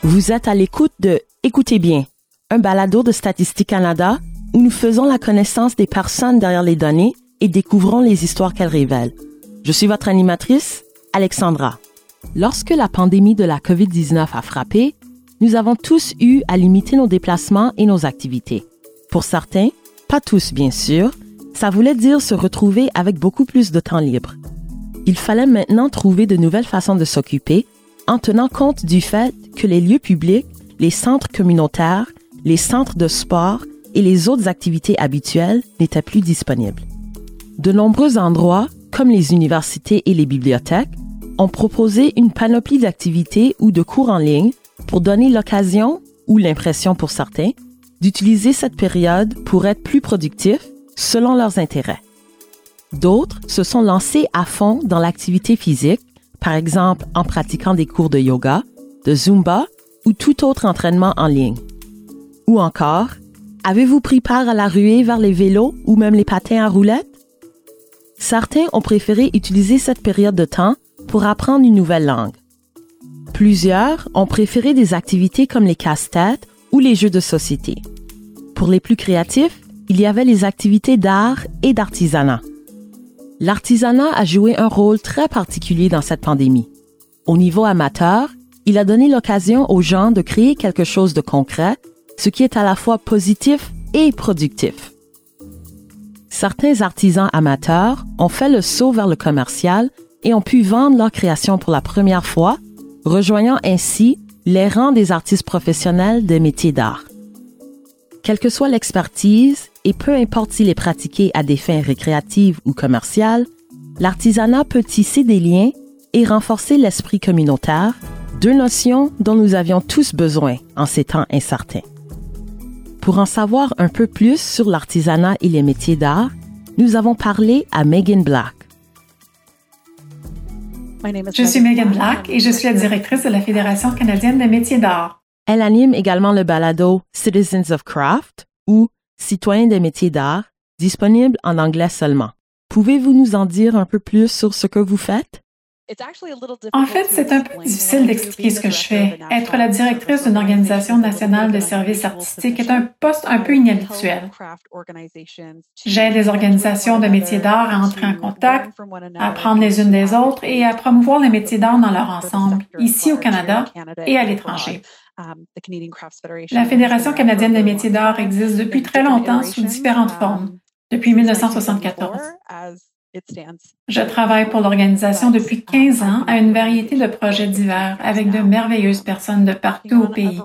Vous êtes à l'écoute de Écoutez bien, un balado de Statistique Canada où nous faisons la connaissance des personnes derrière les données et découvrons les histoires qu'elles révèlent. Je suis votre animatrice, Alexandra. Lorsque la pandémie de la COVID-19 a frappé, nous avons tous eu à limiter nos déplacements et nos activités. Pour certains, pas tous bien sûr, ça voulait dire se retrouver avec beaucoup plus de temps libre. Il fallait maintenant trouver de nouvelles façons de s'occuper en tenant compte du fait que les lieux publics, les centres communautaires, les centres de sport et les autres activités habituelles n'étaient plus disponibles. De nombreux endroits, comme les universités et les bibliothèques, ont proposé une panoplie d'activités ou de cours en ligne pour donner l'occasion, ou l'impression pour certains, d'utiliser cette période pour être plus productifs selon leurs intérêts. D'autres se sont lancés à fond dans l'activité physique, par exemple en pratiquant des cours de yoga, de Zumba ou tout autre entraînement en ligne. Ou encore, avez-vous pris part à la ruée vers les vélos ou même les patins à roulettes? Certains ont préféré utiliser cette période de temps pour apprendre une nouvelle langue. Plusieurs ont préféré des activités comme les casse-têtes ou les jeux de société. Pour les plus créatifs, il y avait les activités d'art et d'artisanat. L'artisanat a joué un rôle très particulier dans cette pandémie. Au niveau amateur, il a donné l'occasion aux gens de créer quelque chose de concret, ce qui est à la fois positif et productif. Certains artisans amateurs ont fait le saut vers le commercial et ont pu vendre leurs créations pour la première fois, rejoignant ainsi les rangs des artistes professionnels des métiers d'art. Quelle que soit l'expertise, et peu importe s'il est pratiqué à des fins récréatives ou commerciales, l'artisanat peut tisser des liens et renforcer l'esprit communautaire, deux notions dont nous avions tous besoin en ces temps incertains. Pour en savoir un peu plus sur l'artisanat et les métiers d'art, nous avons parlé à Megan Black. Je suis Megan Black et je suis la directrice de la Fédération canadienne des métiers d'art. Elle anime également le balado Citizens of Craft ou Citoyens des métiers d'art, disponible en anglais seulement. Pouvez-vous nous en dire un peu plus sur ce que vous faites? En fait, c'est un peu difficile d'expliquer ce que je fais. Être la directrice d'une organisation nationale de services artistiques est un poste un peu inhabituel. J'aide les organisations de métiers d'art à entrer en contact, à apprendre les unes des autres et à promouvoir les métiers d'art dans leur ensemble, ici au Canada et à l'étranger. La Fédération canadienne des métiers d'art existe depuis très longtemps sous différentes formes, depuis 1974. Je travaille pour l'organisation depuis 15 ans à une variété de projets divers avec de merveilleuses personnes de partout au pays.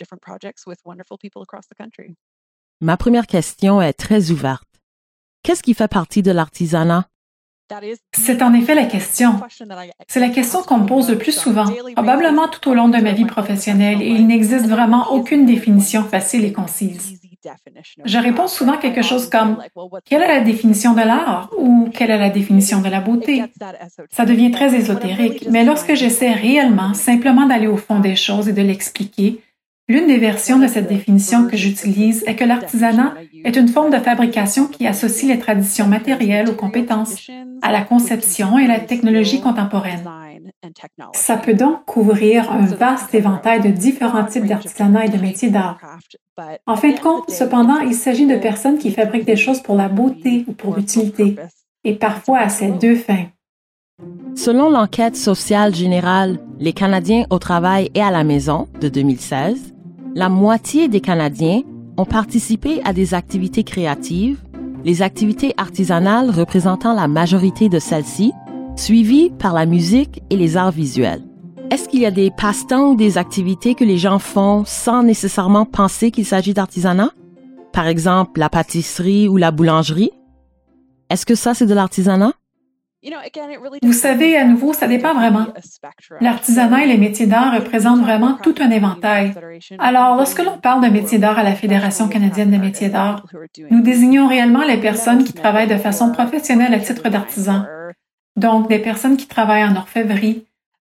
Ma première question est très ouverte. Qu'est-ce qui fait partie de l'artisanat? C'est en effet la question. C'est la question qu'on me pose le plus souvent, probablement tout au long de ma vie professionnelle, et il n'existe vraiment aucune définition facile et concise. Je réponds souvent quelque chose comme « Quelle est la définition de l'art » ou « Quelle est la définition de la beauté ?» Ça devient très ésotérique, mais lorsque j'essaie réellement simplement d'aller au fond des choses et de l'expliquer, l'une des versions de cette définition que j'utilise est que l'artisanat est une forme de fabrication qui associe les traditions matérielles aux compétences, à la conception et à la technologie contemporaine. Ça peut donc couvrir un vaste éventail de différents types d'artisanat et de métiers d'art. En fin de compte, cependant, il s'agit de personnes qui fabriquent des choses pour la beauté ou pour l'utilité, et parfois à ces deux fins. Selon l'enquête sociale générale Les Canadiens au travail et à la maison de 2016, la moitié des Canadiens ont participé à des activités créatives, les activités artisanales représentant la majorité de celles-ci, suivies par la musique et les arts visuels. Est-ce qu'il y a des passe-temps ou des activités que les gens font sans nécessairement penser qu'il s'agit d'artisanat? Par exemple, la pâtisserie ou la boulangerie? Est-ce que ça, c'est de l'artisanat? Vous savez, à nouveau, ça dépend vraiment. L'artisanat et les métiers d'art représentent vraiment tout un éventail. Alors, lorsque l'on parle de métiers d'art à la Fédération canadienne des métiers d'art, nous désignons réellement les personnes qui travaillent de façon professionnelle à titre d'artisan. Donc, des personnes qui travaillent en orfèvrerie,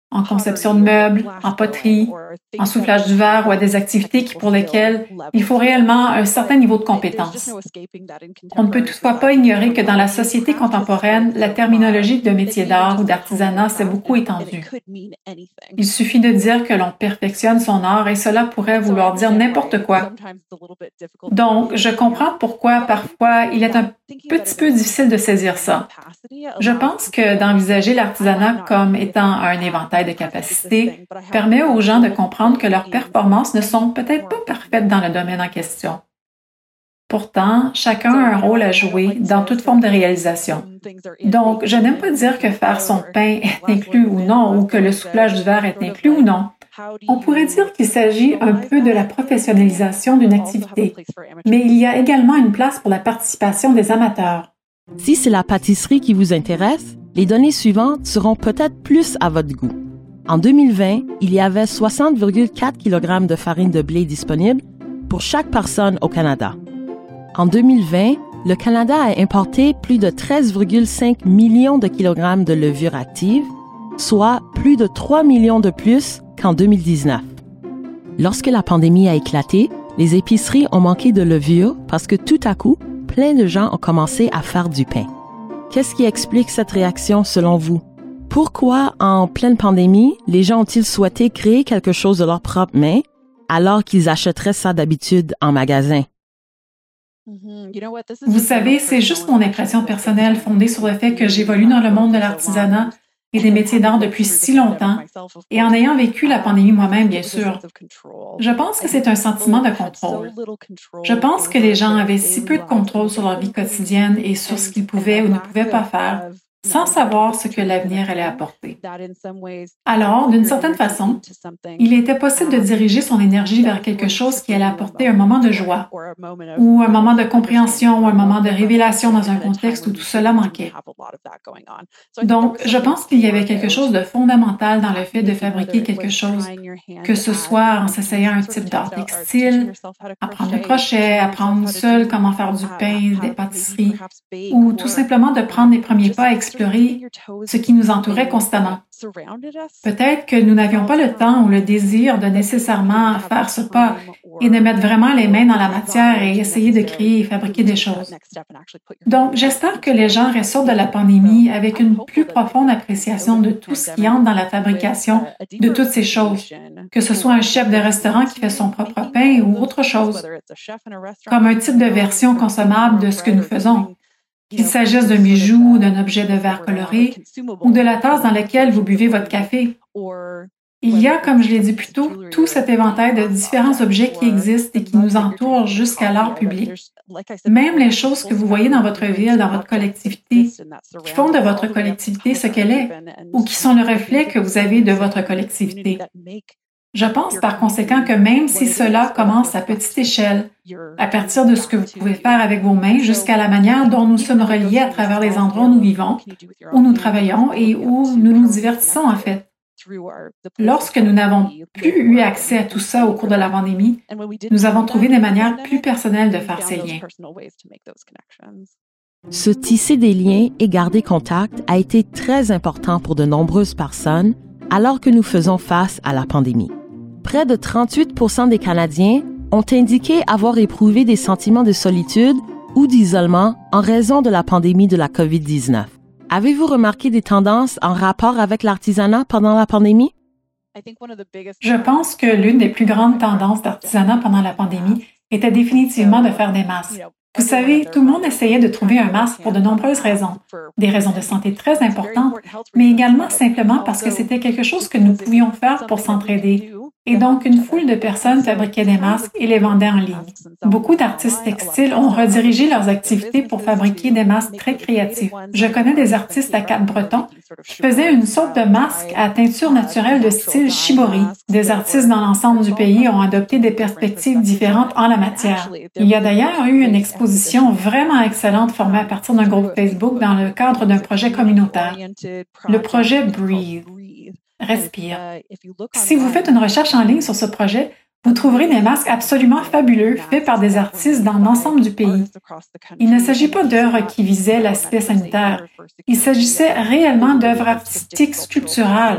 en conception de meubles, en poterie, en soufflage du verre ou à des activités pour lesquelles il faut réellement un certain niveau de compétence. On ne peut toutefois pas ignorer que dans la société contemporaine, la terminologie de métier d'art ou d'artisanat s'est beaucoup étendue. Il suffit de dire que l'on perfectionne son art et cela pourrait vouloir dire n'importe quoi. Donc, je comprends pourquoi parfois il est un petit peu difficile de saisir ça. Je pense que d'envisager l'artisanat comme étant un éventail de capacités permet aux gens de comprendre que leurs performances ne sont peut-être pas parfaites dans le domaine en question. Pourtant, chacun a un rôle à jouer dans toute forme de réalisation. Donc, je n'aime pas dire que faire son pain est inclus ou non, ou que le soufflage du verre est inclus ou non. On pourrait dire qu'il s'agit un peu de la professionnalisation d'une activité, mais il y a également une place pour la participation des amateurs. Si c'est la pâtisserie qui vous intéresse, les données suivantes seront peut-être plus à votre goût. En 2020, il y avait 60,4 kg de farine de blé disponible pour chaque personne au Canada. En 2020, le Canada a importé plus de 13,5 millions de kilogrammes de levure active, soit plus de 3 millions de plus qu'en 2019. Lorsque la pandémie a éclaté, les épiceries ont manqué de levure parce que tout à coup, plein de gens ont commencé à faire du pain. Qu'est-ce qui explique cette réaction selon vous? Pourquoi, en pleine pandémie, les gens ont-ils souhaité créer quelque chose de leurs propres mains alors qu'ils achèteraient ça d'habitude en magasin? Vous savez, c'est juste mon impression personnelle fondée sur le fait que j'évolue dans le monde de l'artisanat et des métiers d'art depuis si longtemps, et en ayant vécu la pandémie moi-même, bien sûr. Je pense que c'est un sentiment de contrôle. Je pense que les gens avaient si peu de contrôle sur leur vie quotidienne et sur ce qu'ils pouvaient ou ne pouvaient pas faire, sans savoir ce que l'avenir allait apporter. Alors, d'une certaine façon, il était possible de diriger son énergie vers quelque chose qui allait apporter un moment de joie, ou un moment de compréhension, ou un moment de révélation dans un contexte où tout cela manquait. Donc, je pense qu'il y avait quelque chose de fondamental dans le fait de fabriquer quelque chose, que ce soit en s'essayant un type d'art textile, apprendre le crochet, apprendre seul comment faire du pain, des pâtisseries, ou tout simplement de prendre les premiers pas à explorer ce qui nous entourait constamment. Peut-être que nous n'avions pas le temps ou le désir de nécessairement faire ce pas et de mettre vraiment les mains dans la matière et essayer de créer et fabriquer des choses. Donc, j'espère que les gens ressortent de la pandémie avec une plus profonde appréciation de tout ce qui entre dans la fabrication de toutes ces choses, que ce soit un chef de restaurant qui fait son propre pain ou autre chose, comme un type de version consommable de ce que nous faisons. Qu'il s'agisse d'un bijou ou d'un objet de verre coloré ou de la tasse dans laquelle vous buvez votre café. Il y a, comme je l'ai dit plus tôt, tout cet éventail de différents objets qui existent et qui nous entourent jusqu'à l'art public. Même les choses que vous voyez dans votre ville, dans votre collectivité, qui font de votre collectivité ce qu'elle est, ou qui sont le reflet que vous avez de votre collectivité. Je pense par conséquent que même si cela commence à petite échelle, à partir de ce que vous pouvez faire avec vos mains jusqu'à la manière dont nous sommes reliés à travers les endroits où nous vivons, où nous travaillons et où nous nous divertissons en fait. Lorsque nous n'avons plus eu accès à tout ça au cours de la pandémie, nous avons trouvé des manières plus personnelles de faire ces liens. Se tisser des liens et garder contact a été très important pour de nombreuses personnes alors que nous faisons face à la pandémie. Près de 38% des Canadiens ont indiqué avoir éprouvé des sentiments de solitude ou d'isolement en raison de la pandémie de la COVID-19. Avez-vous remarqué des tendances en rapport avec l'artisanat pendant la pandémie? Je pense que l'une des plus grandes tendances d'artisanat pendant la pandémie était définitivement de faire des masques. Vous savez, tout le monde essayait de trouver un masque pour de nombreuses raisons. Des raisons de santé très importantes, mais également simplement parce que c'était quelque chose que nous pouvions faire pour s'entraider. Et donc, une foule de personnes fabriquaient des masques et les vendaient en ligne. Beaucoup d'artistes textiles ont redirigé leurs activités pour fabriquer des masques très créatifs. Je connais des artistes à Cap-Breton qui faisaient une sorte de masque à teinture naturelle de style shibori. Des artistes dans l'ensemble du pays ont adopté des perspectives différentes en la matière. Il y a d'ailleurs eu une exposition vraiment excellente formée à partir d'un groupe Facebook dans le cadre d'un projet communautaire, le projet Breathe. Respire. Si vous faites une recherche en ligne sur ce projet, vous trouverez des masques absolument fabuleux faits par des artistes dans l'ensemble du pays. Il ne s'agit pas d'œuvres qui visaient l'aspect sanitaire. Il s'agissait réellement d'œuvres artistiques sculpturales.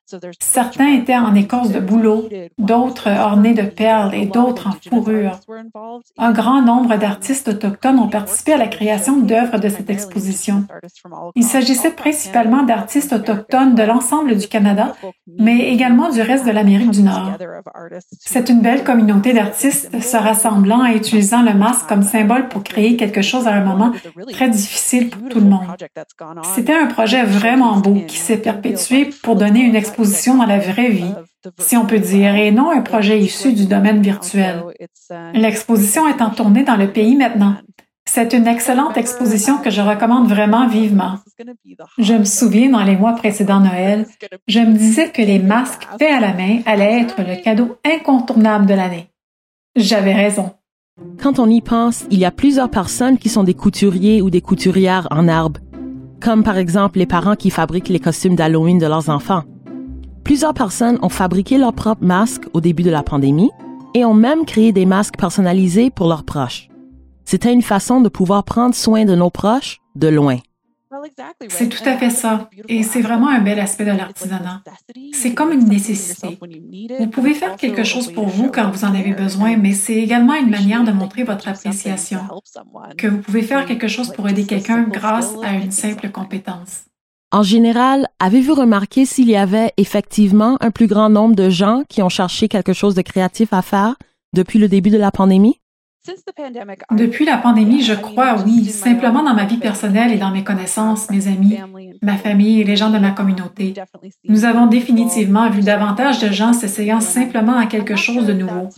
Certains étaient en écorce de bouleau, d'autres ornés de perles et d'autres en fourrure. Un grand nombre d'artistes autochtones ont participé à la création d'œuvres de cette exposition. Il s'agissait principalement d'artistes autochtones de l'ensemble du Canada, mais également du reste de l'Amérique du Nord. C'est une belle communauté d'artistes se rassemblant et utilisant le masque comme symbole pour créer quelque chose à un moment très difficile pour tout le monde. C'était un projet vraiment beau qui s'est perpétué pour donner une exposition dans la vraie vie, si on peut dire, et non un projet issu du domaine virtuel. L'exposition est en tournée dans le pays maintenant. C'est une excellente exposition que je recommande vraiment vivement. Je me souviens, dans les mois précédant Noël, je me disais que les masques faits à la main allaient être le cadeau incontournable de l'année. J'avais raison. Quand on y pense, il y a plusieurs personnes qui sont des couturiers ou des couturières en herbe, comme par exemple les parents qui fabriquent les costumes d'Halloween de leurs enfants. Plusieurs personnes ont fabriqué leurs propres masques au début de la pandémie et ont même créé des masques personnalisés pour leurs proches. C'était une façon de pouvoir prendre soin de nos proches de loin. C'est tout à fait ça. Et c'est vraiment un bel aspect de l'artisanat. C'est comme une nécessité. Vous pouvez faire quelque chose pour vous quand vous en avez besoin, mais c'est également une manière de montrer votre appréciation, que vous pouvez faire quelque chose pour aider quelqu'un grâce à une simple compétence. En général, avez-vous remarqué s'il y avait effectivement un plus grand nombre de gens qui ont cherché quelque chose de créatif à faire depuis le début de la pandémie? Depuis la pandémie, je crois, oui, simplement dans ma vie personnelle et dans mes connaissances, mes amis, ma famille et les gens de ma communauté. Nous avons définitivement vu davantage de gens s'essayant simplement à quelque chose de nouveau.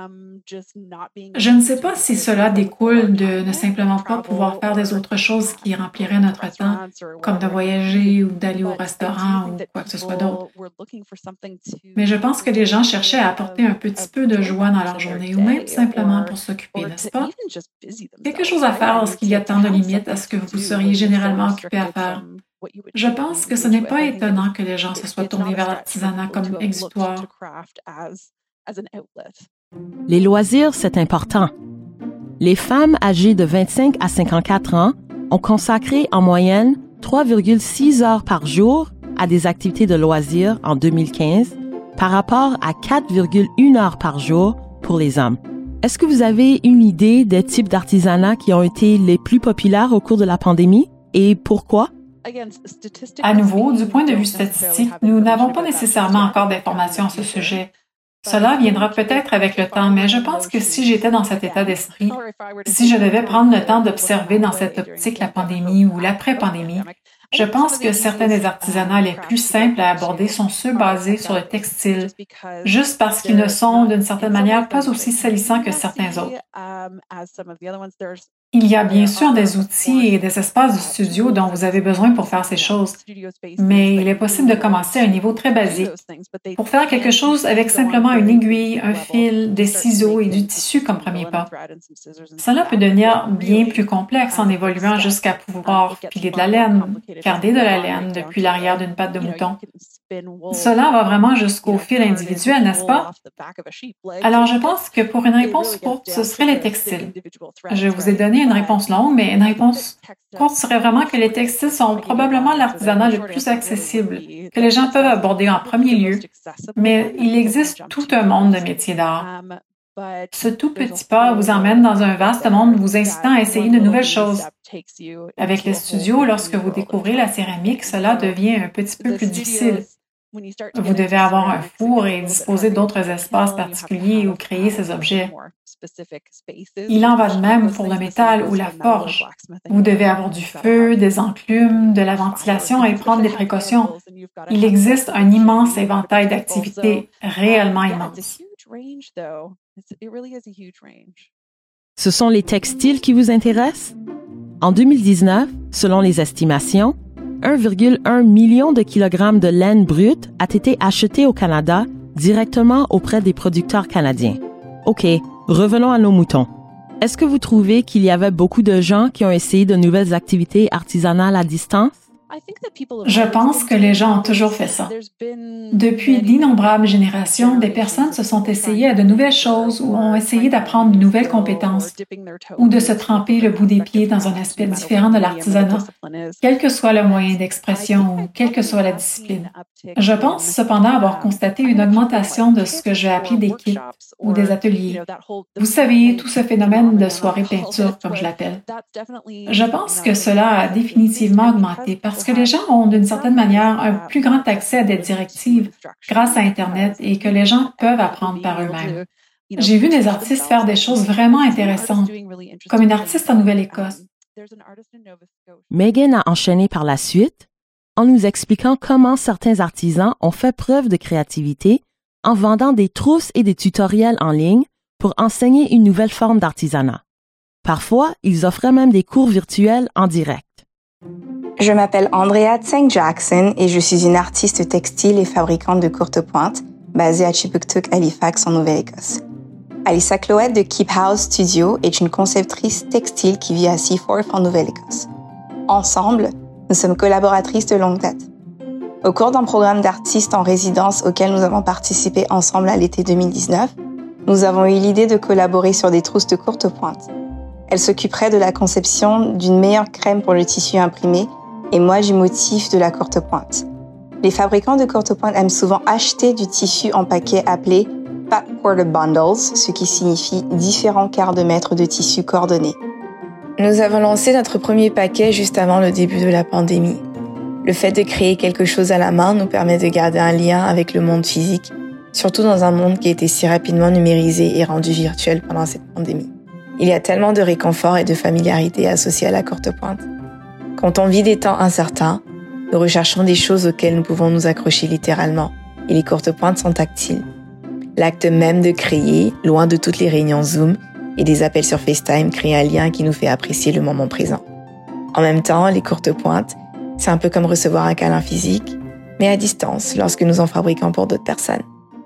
Je ne sais pas si cela découle de ne simplement pas pouvoir faire des autres choses qui rempliraient notre temps, comme de voyager ou d'aller au restaurant ou quoi que ce soit d'autre. Mais je pense que les gens cherchaient à apporter un petit peu de joie dans leur journée ou même simplement pour s'occuper, n'est-ce pas? Quelque chose à faire lorsqu'il y a tant de limites à ce que vous seriez généralement occupé à faire. Je pense que ce n'est pas étonnant que les gens se soient tournés vers l'artisanat comme exutoire. Les loisirs, c'est important. Les femmes âgées de 25 à 54 ans ont consacré en moyenne 3,6 heures par jour à des activités de loisirs en 2015 par rapport à 4,1 heures par jour pour les hommes. Est-ce que vous avez une idée des types d'artisanat qui ont été les plus populaires au cours de la pandémie et pourquoi? À nouveau, du point de vue statistique, nous n'avons pas nécessairement encore d'informations à ce sujet. Cela viendra peut-être avec le temps, mais je pense que si j'étais dans cet état d'esprit, si je devais prendre le temps d'observer dans cette optique la pandémie ou l'après-pandémie, je pense que certains des artisanats les plus simples à aborder sont ceux basés sur le textile, juste parce qu'ils ne sont, d'une certaine manière, pas aussi salissants que certains autres. Il y a bien sûr des outils et des espaces de studio dont vous avez besoin pour faire ces choses, mais il est possible de commencer à un niveau très basique. Pour faire quelque chose avec simplement une aiguille, un fil, des ciseaux et du tissu comme premier pas. Cela peut devenir bien plus complexe en évoluant jusqu'à pouvoir filer de la laine, garder de la laine depuis l'arrière d'une patte de mouton. Cela va vraiment jusqu'au fil individuel, n'est-ce pas? Alors, je pense que pour une réponse courte, ce serait les textiles. Je vous ai donné une réponse longue, mais une réponse courte serait vraiment que les textiles sont probablement l'artisanat le plus accessible, que les gens peuvent aborder en premier lieu, mais il existe tout un monde de métiers d'art. Ce tout petit pas vous emmène dans un vaste monde vous incitant à essayer de nouvelles choses. Avec les studios, lorsque vous découvrez la céramique, cela devient un petit peu plus difficile. Vous devez avoir un four et disposer d'autres espaces particuliers où créer ces objets. Il en va de même pour le métal ou la forge. Vous devez avoir du feu, des enclumes, de la ventilation et prendre des précautions. Il existe un immense éventail d'activités, réellement immense. Ce sont les textiles qui vous intéressent? En 2019, selon les estimations, 1,1 million de kilogrammes de laine brute a été acheté au Canada directement auprès des producteurs canadiens. OK, revenons à nos moutons. Est-ce que vous trouvez qu'il y avait beaucoup de gens qui ont essayé de nouvelles activités artisanales à distance? Je pense que les gens ont toujours fait ça. Depuis d'innombrables générations, des personnes se sont essayées à de nouvelles choses ou ont essayé d'apprendre de nouvelles compétences ou de se tremper le bout des pieds dans un aspect différent de l'artisanat, quel que soit le moyen d'expression ou quelle que soit la discipline. Je pense cependant avoir constaté une augmentation de ce que je vais appeler des kits ou des ateliers. Vous savez, tout ce phénomène de soirée peinture, comme je l'appelle. Je pense que cela a définitivement augmenté parce que les gens ont d'une certaine manière un plus grand accès à des directives grâce à Internet et que les gens peuvent apprendre par eux-mêmes. J'ai vu des artistes faire des choses vraiment intéressantes, comme une artiste en Nouvelle-Écosse. Megan a enchaîné par la suite en nous expliquant comment certains artisans ont fait preuve de créativité en vendant des trousses et des tutoriels en ligne pour enseigner une nouvelle forme d'artisanat. Parfois, ils offraient même des cours virtuels en direct. Je m'appelle Andrea Tseng Jackson et je suis une artiste textile et fabricante de courte pointe basée à Chipuktuk, Halifax, en Nouvelle-Écosse. Alyssa Cloette de Keep House Studio est une conceptrice textile qui vit à Seaforth, en Nouvelle-Écosse. Ensemble, nous sommes collaboratrices de longue date. Au cours d'un programme d'artistes en résidence auquel nous avons participé ensemble à l'été 2019, nous avons eu l'idée de collaborer sur des trousses de courte pointe. Elle s'occuperait de la conception d'une meilleure crème pour le tissu imprimé et moi du motif de la courte pointe. Les fabricants de courte pointe aiment souvent acheter du tissu en paquets appelés Fat Quarter Bundles, ce qui signifie différents quarts de mètre de tissu coordonné. Nous avons lancé notre premier paquet juste avant le début de la pandémie. Le fait de créer quelque chose à la main nous permet de garder un lien avec le monde physique, surtout dans un monde qui a été si rapidement numérisé et rendu virtuel pendant cette pandémie. Il y a tellement de réconfort et de familiarité associés à la courte pointe. Quand on vit des temps incertains, nous recherchons des choses auxquelles nous pouvons nous accrocher littéralement, et les courtes pointes sont tactiles. L'acte même de créer, loin de toutes les réunions Zoom et des appels sur FaceTime, crée un lien qui nous fait apprécier le moment présent. En même temps, les courtes pointes, c'est un peu comme recevoir un câlin physique, mais à distance lorsque nous en fabriquons pour d'autres personnes.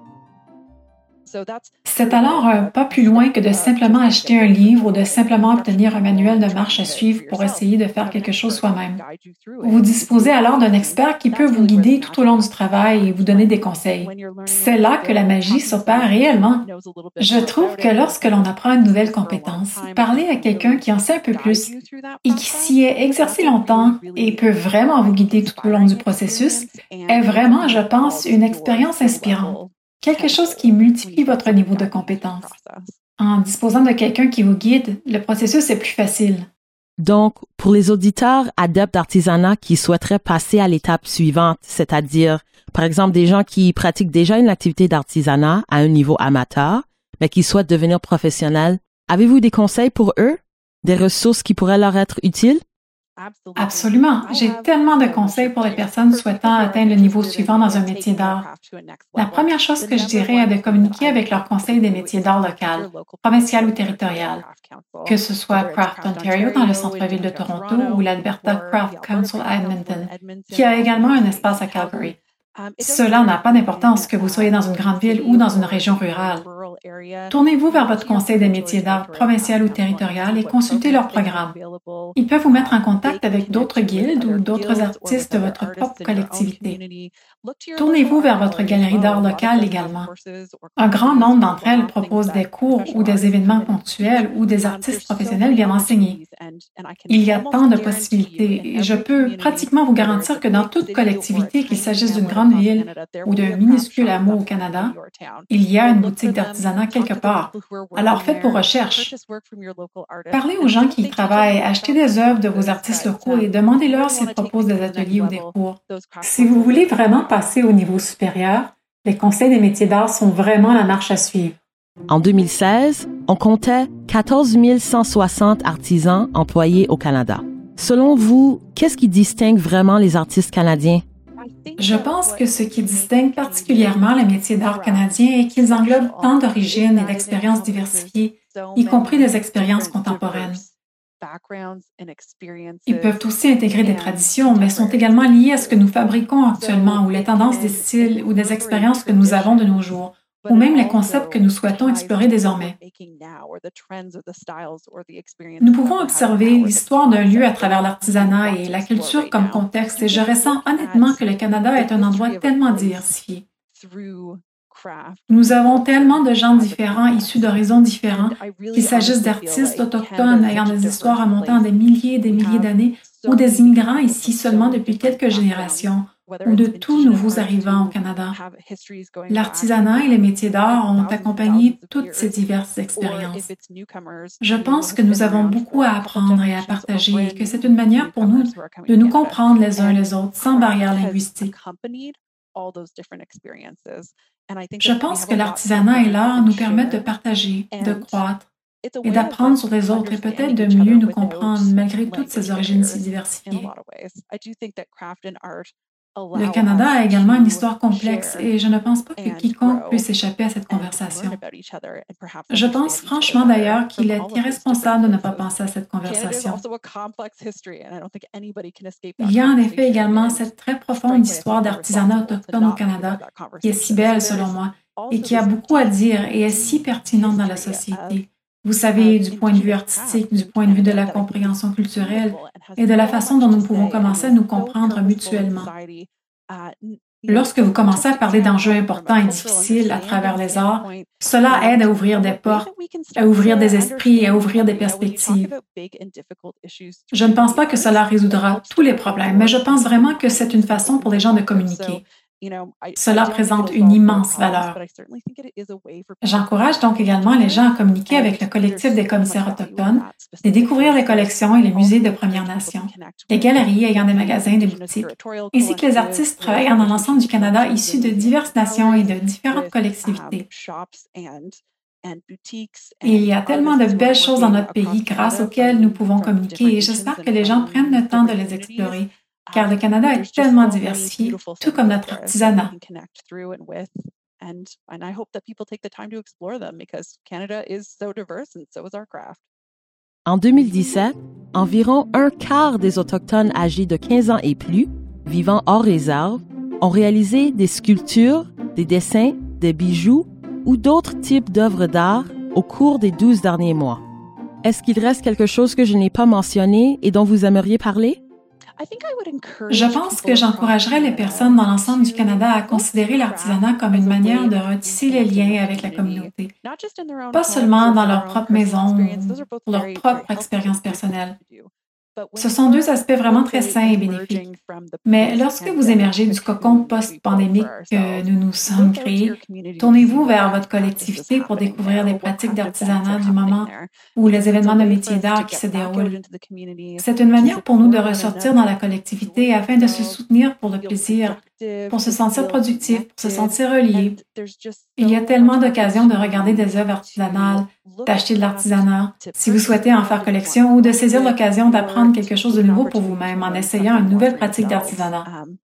C'est alors un pas plus loin que de simplement acheter un livre ou de simplement obtenir un manuel de marche à suivre pour essayer de faire quelque chose soi-même. Vous disposez alors d'un expert qui peut vous guider tout au long du travail et vous donner des conseils. C'est là que la magie s'opère réellement. Je trouve que lorsque l'on apprend une nouvelle compétence, parler à quelqu'un qui en sait un peu plus et qui s'y est exercé longtemps et peut vraiment vous guider tout au long du processus est vraiment, je pense, une expérience inspirante. Quelque chose qui multiplie votre niveau de compétence. En disposant de quelqu'un qui vous guide, le processus est plus facile. Donc, pour les auditeurs adeptes d'artisanat qui souhaiteraient passer à l'étape suivante, c'est-à-dire, par exemple, des gens qui pratiquent déjà une activité d'artisanat à un niveau amateur, mais qui souhaitent devenir professionnels, avez-vous des conseils pour eux? Des ressources qui pourraient leur être utiles? Absolument. J'ai tellement de conseils pour les personnes souhaitant atteindre le niveau suivant dans un métier d'art. La première chose que je dirais est de communiquer avec leur conseil des métiers d'art local, provincial ou territorial, que ce soit Craft Ontario dans le centre-ville de Toronto ou l'Alberta Craft Council à Edmonton, qui a également un espace à Calgary. Cela n'a pas d'importance que vous soyez dans une grande ville ou dans une région rurale. Tournez-vous vers votre conseil des métiers d'art provincial ou territorial et consultez leur programme. Ils peuvent vous mettre en contact avec d'autres guildes ou d'autres artistes de votre propre collectivité. Tournez-vous vers votre galerie d'art locale également. Un grand nombre d'entre elles proposent des cours ou des événements ponctuels où des artistes professionnels viennent enseigner. Il y a tant de possibilités et je peux pratiquement vous garantir que dans toute collectivité, qu'il s'agisse d'une grande ville ou d'un minuscule hameau au Canada, il y a une boutique d'artisanat quelque part. Alors faites vos recherches. Parlez aux gens qui y travaillent, achetez des œuvres de vos artistes locaux et demandez-leur s'ils proposent des ateliers ou des cours. Si vous voulez vraiment passer au niveau supérieur, les conseils des métiers d'art sont vraiment la marche à suivre. En 2016, on comptait 14 160 artisans employés au Canada. Selon vous, qu'est-ce qui distingue vraiment les artistes canadiens? Je pense que ce qui distingue particulièrement les métiers d'art canadiens est qu'ils englobent tant d'origines et d'expériences diversifiées, y compris des expériences contemporaines. Ils peuvent aussi intégrer des traditions, mais sont également liés à ce que nous fabriquons actuellement ou les tendances des styles ou des expériences que nous avons de nos jours, ou même les concepts que nous souhaitons explorer désormais. Nous pouvons observer l'histoire d'un lieu à travers l'artisanat et la culture comme contexte, et je ressens honnêtement que le Canada est un endroit tellement diversifié. Nous avons tellement de gens différents, issus d'horizons différents, qu'il s'agisse d'artistes autochtones ayant des histoires remontant des milliers et des milliers d'années, ou des immigrants ici seulement depuis quelques générations, ou de tout nouveaux arrivants au Canada. L'artisanat et les métiers d'art ont accompagné toutes ces diverses expériences. Je pense que nous avons beaucoup à apprendre et à partager et que c'est une manière pour nous de nous comprendre les uns les autres sans barrière linguistique. Je pense que l'artisanat et l'art nous permettent de partager, de croître et d'apprendre sur les autres et peut-être de mieux nous comprendre malgré toutes ces origines si diversifiées. Le Canada a également une histoire complexe et je ne pense pas que quiconque puisse échapper à cette conversation. Je pense franchement d'ailleurs qu'il est irresponsable de ne pas penser à cette conversation. Il y a en effet également cette très profonde histoire d'artisanat autochtone au Canada qui est si belle selon moi et qui a beaucoup à dire et est si pertinente dans la société. Vous savez, du point de vue artistique, du point de vue de la compréhension culturelle et de la façon dont nous pouvons commencer à nous comprendre mutuellement. Lorsque vous commencez à parler d'enjeux importants et difficiles à travers les arts, cela aide à ouvrir des portes, à ouvrir des esprits et à ouvrir des perspectives. Je ne pense pas que cela résoudra tous les problèmes, mais je pense vraiment que c'est une façon pour les gens de communiquer. Cela présente une immense valeur. J'encourage donc également les gens à communiquer avec le collectif des commissaires autochtones, de découvrir les collections et les musées de Premières Nations, les galeries ayant des magasins, des boutiques, ainsi que les artistes travaillant dans l'ensemble du Canada issus de diverses nations et de différentes collectivités. Et il y a tellement de belles choses dans notre pays grâce auxquelles nous pouvons communiquer et j'espère que les gens prennent le temps de les explorer. Car le Canada est tellement diversifié, tout comme notre artisanat. En 2017, environ un quart des Autochtones âgés de 15 ans et plus, vivant hors réserve, ont réalisé des sculptures, des dessins, des bijoux ou d'autres types d'œuvres d'art au cours des 12 derniers mois. Est-ce qu'il reste quelque chose que je n'ai pas mentionné et dont vous aimeriez parler? Je pense que j'encouragerais les personnes dans l'ensemble du Canada à considérer l'artisanat comme une manière de retisser les liens avec la communauté, pas seulement dans leur propre maison ou pour leur propre expérience personnelle. Ce sont deux aspects vraiment très sains et bénéfiques. Mais lorsque vous émergez du cocon post-pandémique que nous nous sommes créés, tournez-vous vers votre collectivité pour découvrir les pratiques d'artisanat du moment ou les événements de métiers d'art qui se déroulent. C'est une manière pour nous de ressortir dans la collectivité afin de se soutenir pour le plaisir, pour se sentir productif, pour se sentir relié. Il y a tellement d'occasions de regarder des œuvres artisanales, d'acheter de l'artisanat, si vous souhaitez en faire collection, ou de saisir l'occasion d'apprendre quelque chose de nouveau pour vous-même en essayant une nouvelle pratique d'artisanat.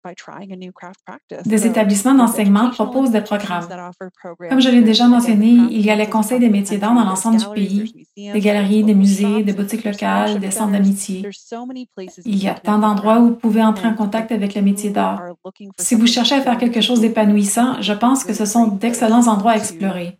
Des établissements d'enseignement proposent des programmes. Comme je l'ai déjà mentionné, il y a les conseils des métiers d'art dans l'ensemble du pays, des galeries, des musées, des boutiques locales, des centres d'amitié. Il y a tant d'endroits où vous pouvez entrer en contact avec les métiers d'art. Si vous cherchez à faire quelque chose d'épanouissant, je pense que ce sont d'excellents endroits à explorer.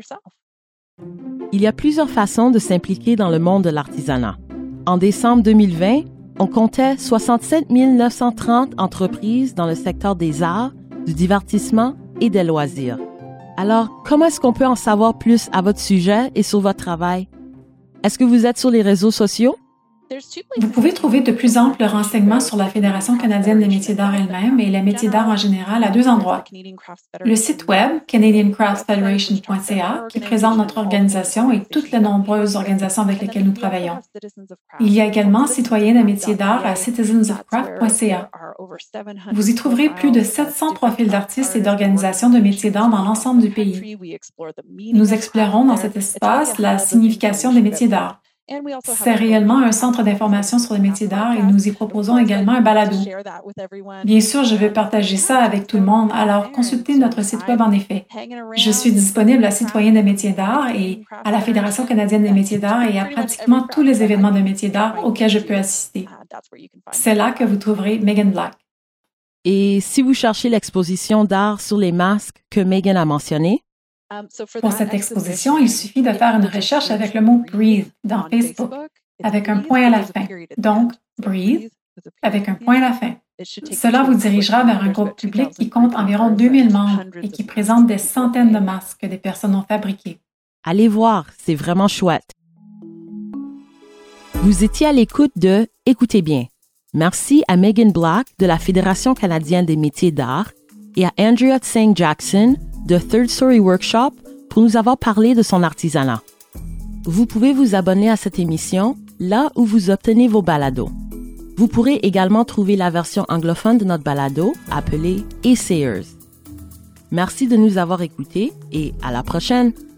Il y a plusieurs façons de s'impliquer dans le monde de l'artisanat. En décembre 2020, on comptait 67 930 entreprises dans le secteur des arts, du divertissement et des loisirs. Alors, comment est-ce qu'on peut en savoir plus à votre sujet et sur votre travail? Est-ce que vous êtes sur les réseaux sociaux? Vous pouvez trouver de plus amples renseignements sur la Fédération canadienne des métiers d'art elle-même et les métiers d'art en général à deux endroits. Le site web canadiancraftsfederation.ca qui présente notre organisation et toutes les nombreuses organisations avec lesquelles nous travaillons. Il y a également Citoyens des métiers d'art à citizensofcraft.ca. Vous y trouverez plus de 700 profils d'artistes et d'organisations de métiers d'art dans l'ensemble du pays. Nous explorons dans cet espace la signification des métiers d'art. C'est réellement un centre d'information sur les métiers d'art et nous y proposons également un balado. Bien sûr, je vais partager ça avec tout le monde, alors consultez notre site web en effet. Je suis disponible à Citoyens des métiers d'art et à la Fédération canadienne des métiers d'art et à pratiquement tous les événements de métiers d'art auxquels je peux assister. C'est là que vous trouverez Megan Black. Et si vous cherchez l'exposition d'art sur les masques que Megan a mentionnée? Pour cette exposition, il suffit de faire une recherche avec le mot « breathe » dans Facebook, avec un point à la fin. Donc, « breathe » avec un point à la fin. Cela vous dirigera vers un groupe public qui compte environ 2000 membres et qui présente des centaines de masques que des personnes ont fabriqués. Allez voir, c'est vraiment chouette. Vous étiez à l'écoute de Écoutez bien. Merci à Megan Black de la Fédération canadienne des métiers d'art et à Andrea Tseng Jackson de Third Story Workshop pour nous avoir parlé de son artisanat. Vous pouvez vous abonner à cette émission là où vous obtenez vos balados. Vous pourrez également trouver la version anglophone de notre balado appelée Essayers. Merci de nous avoir écoutés et à la prochaine!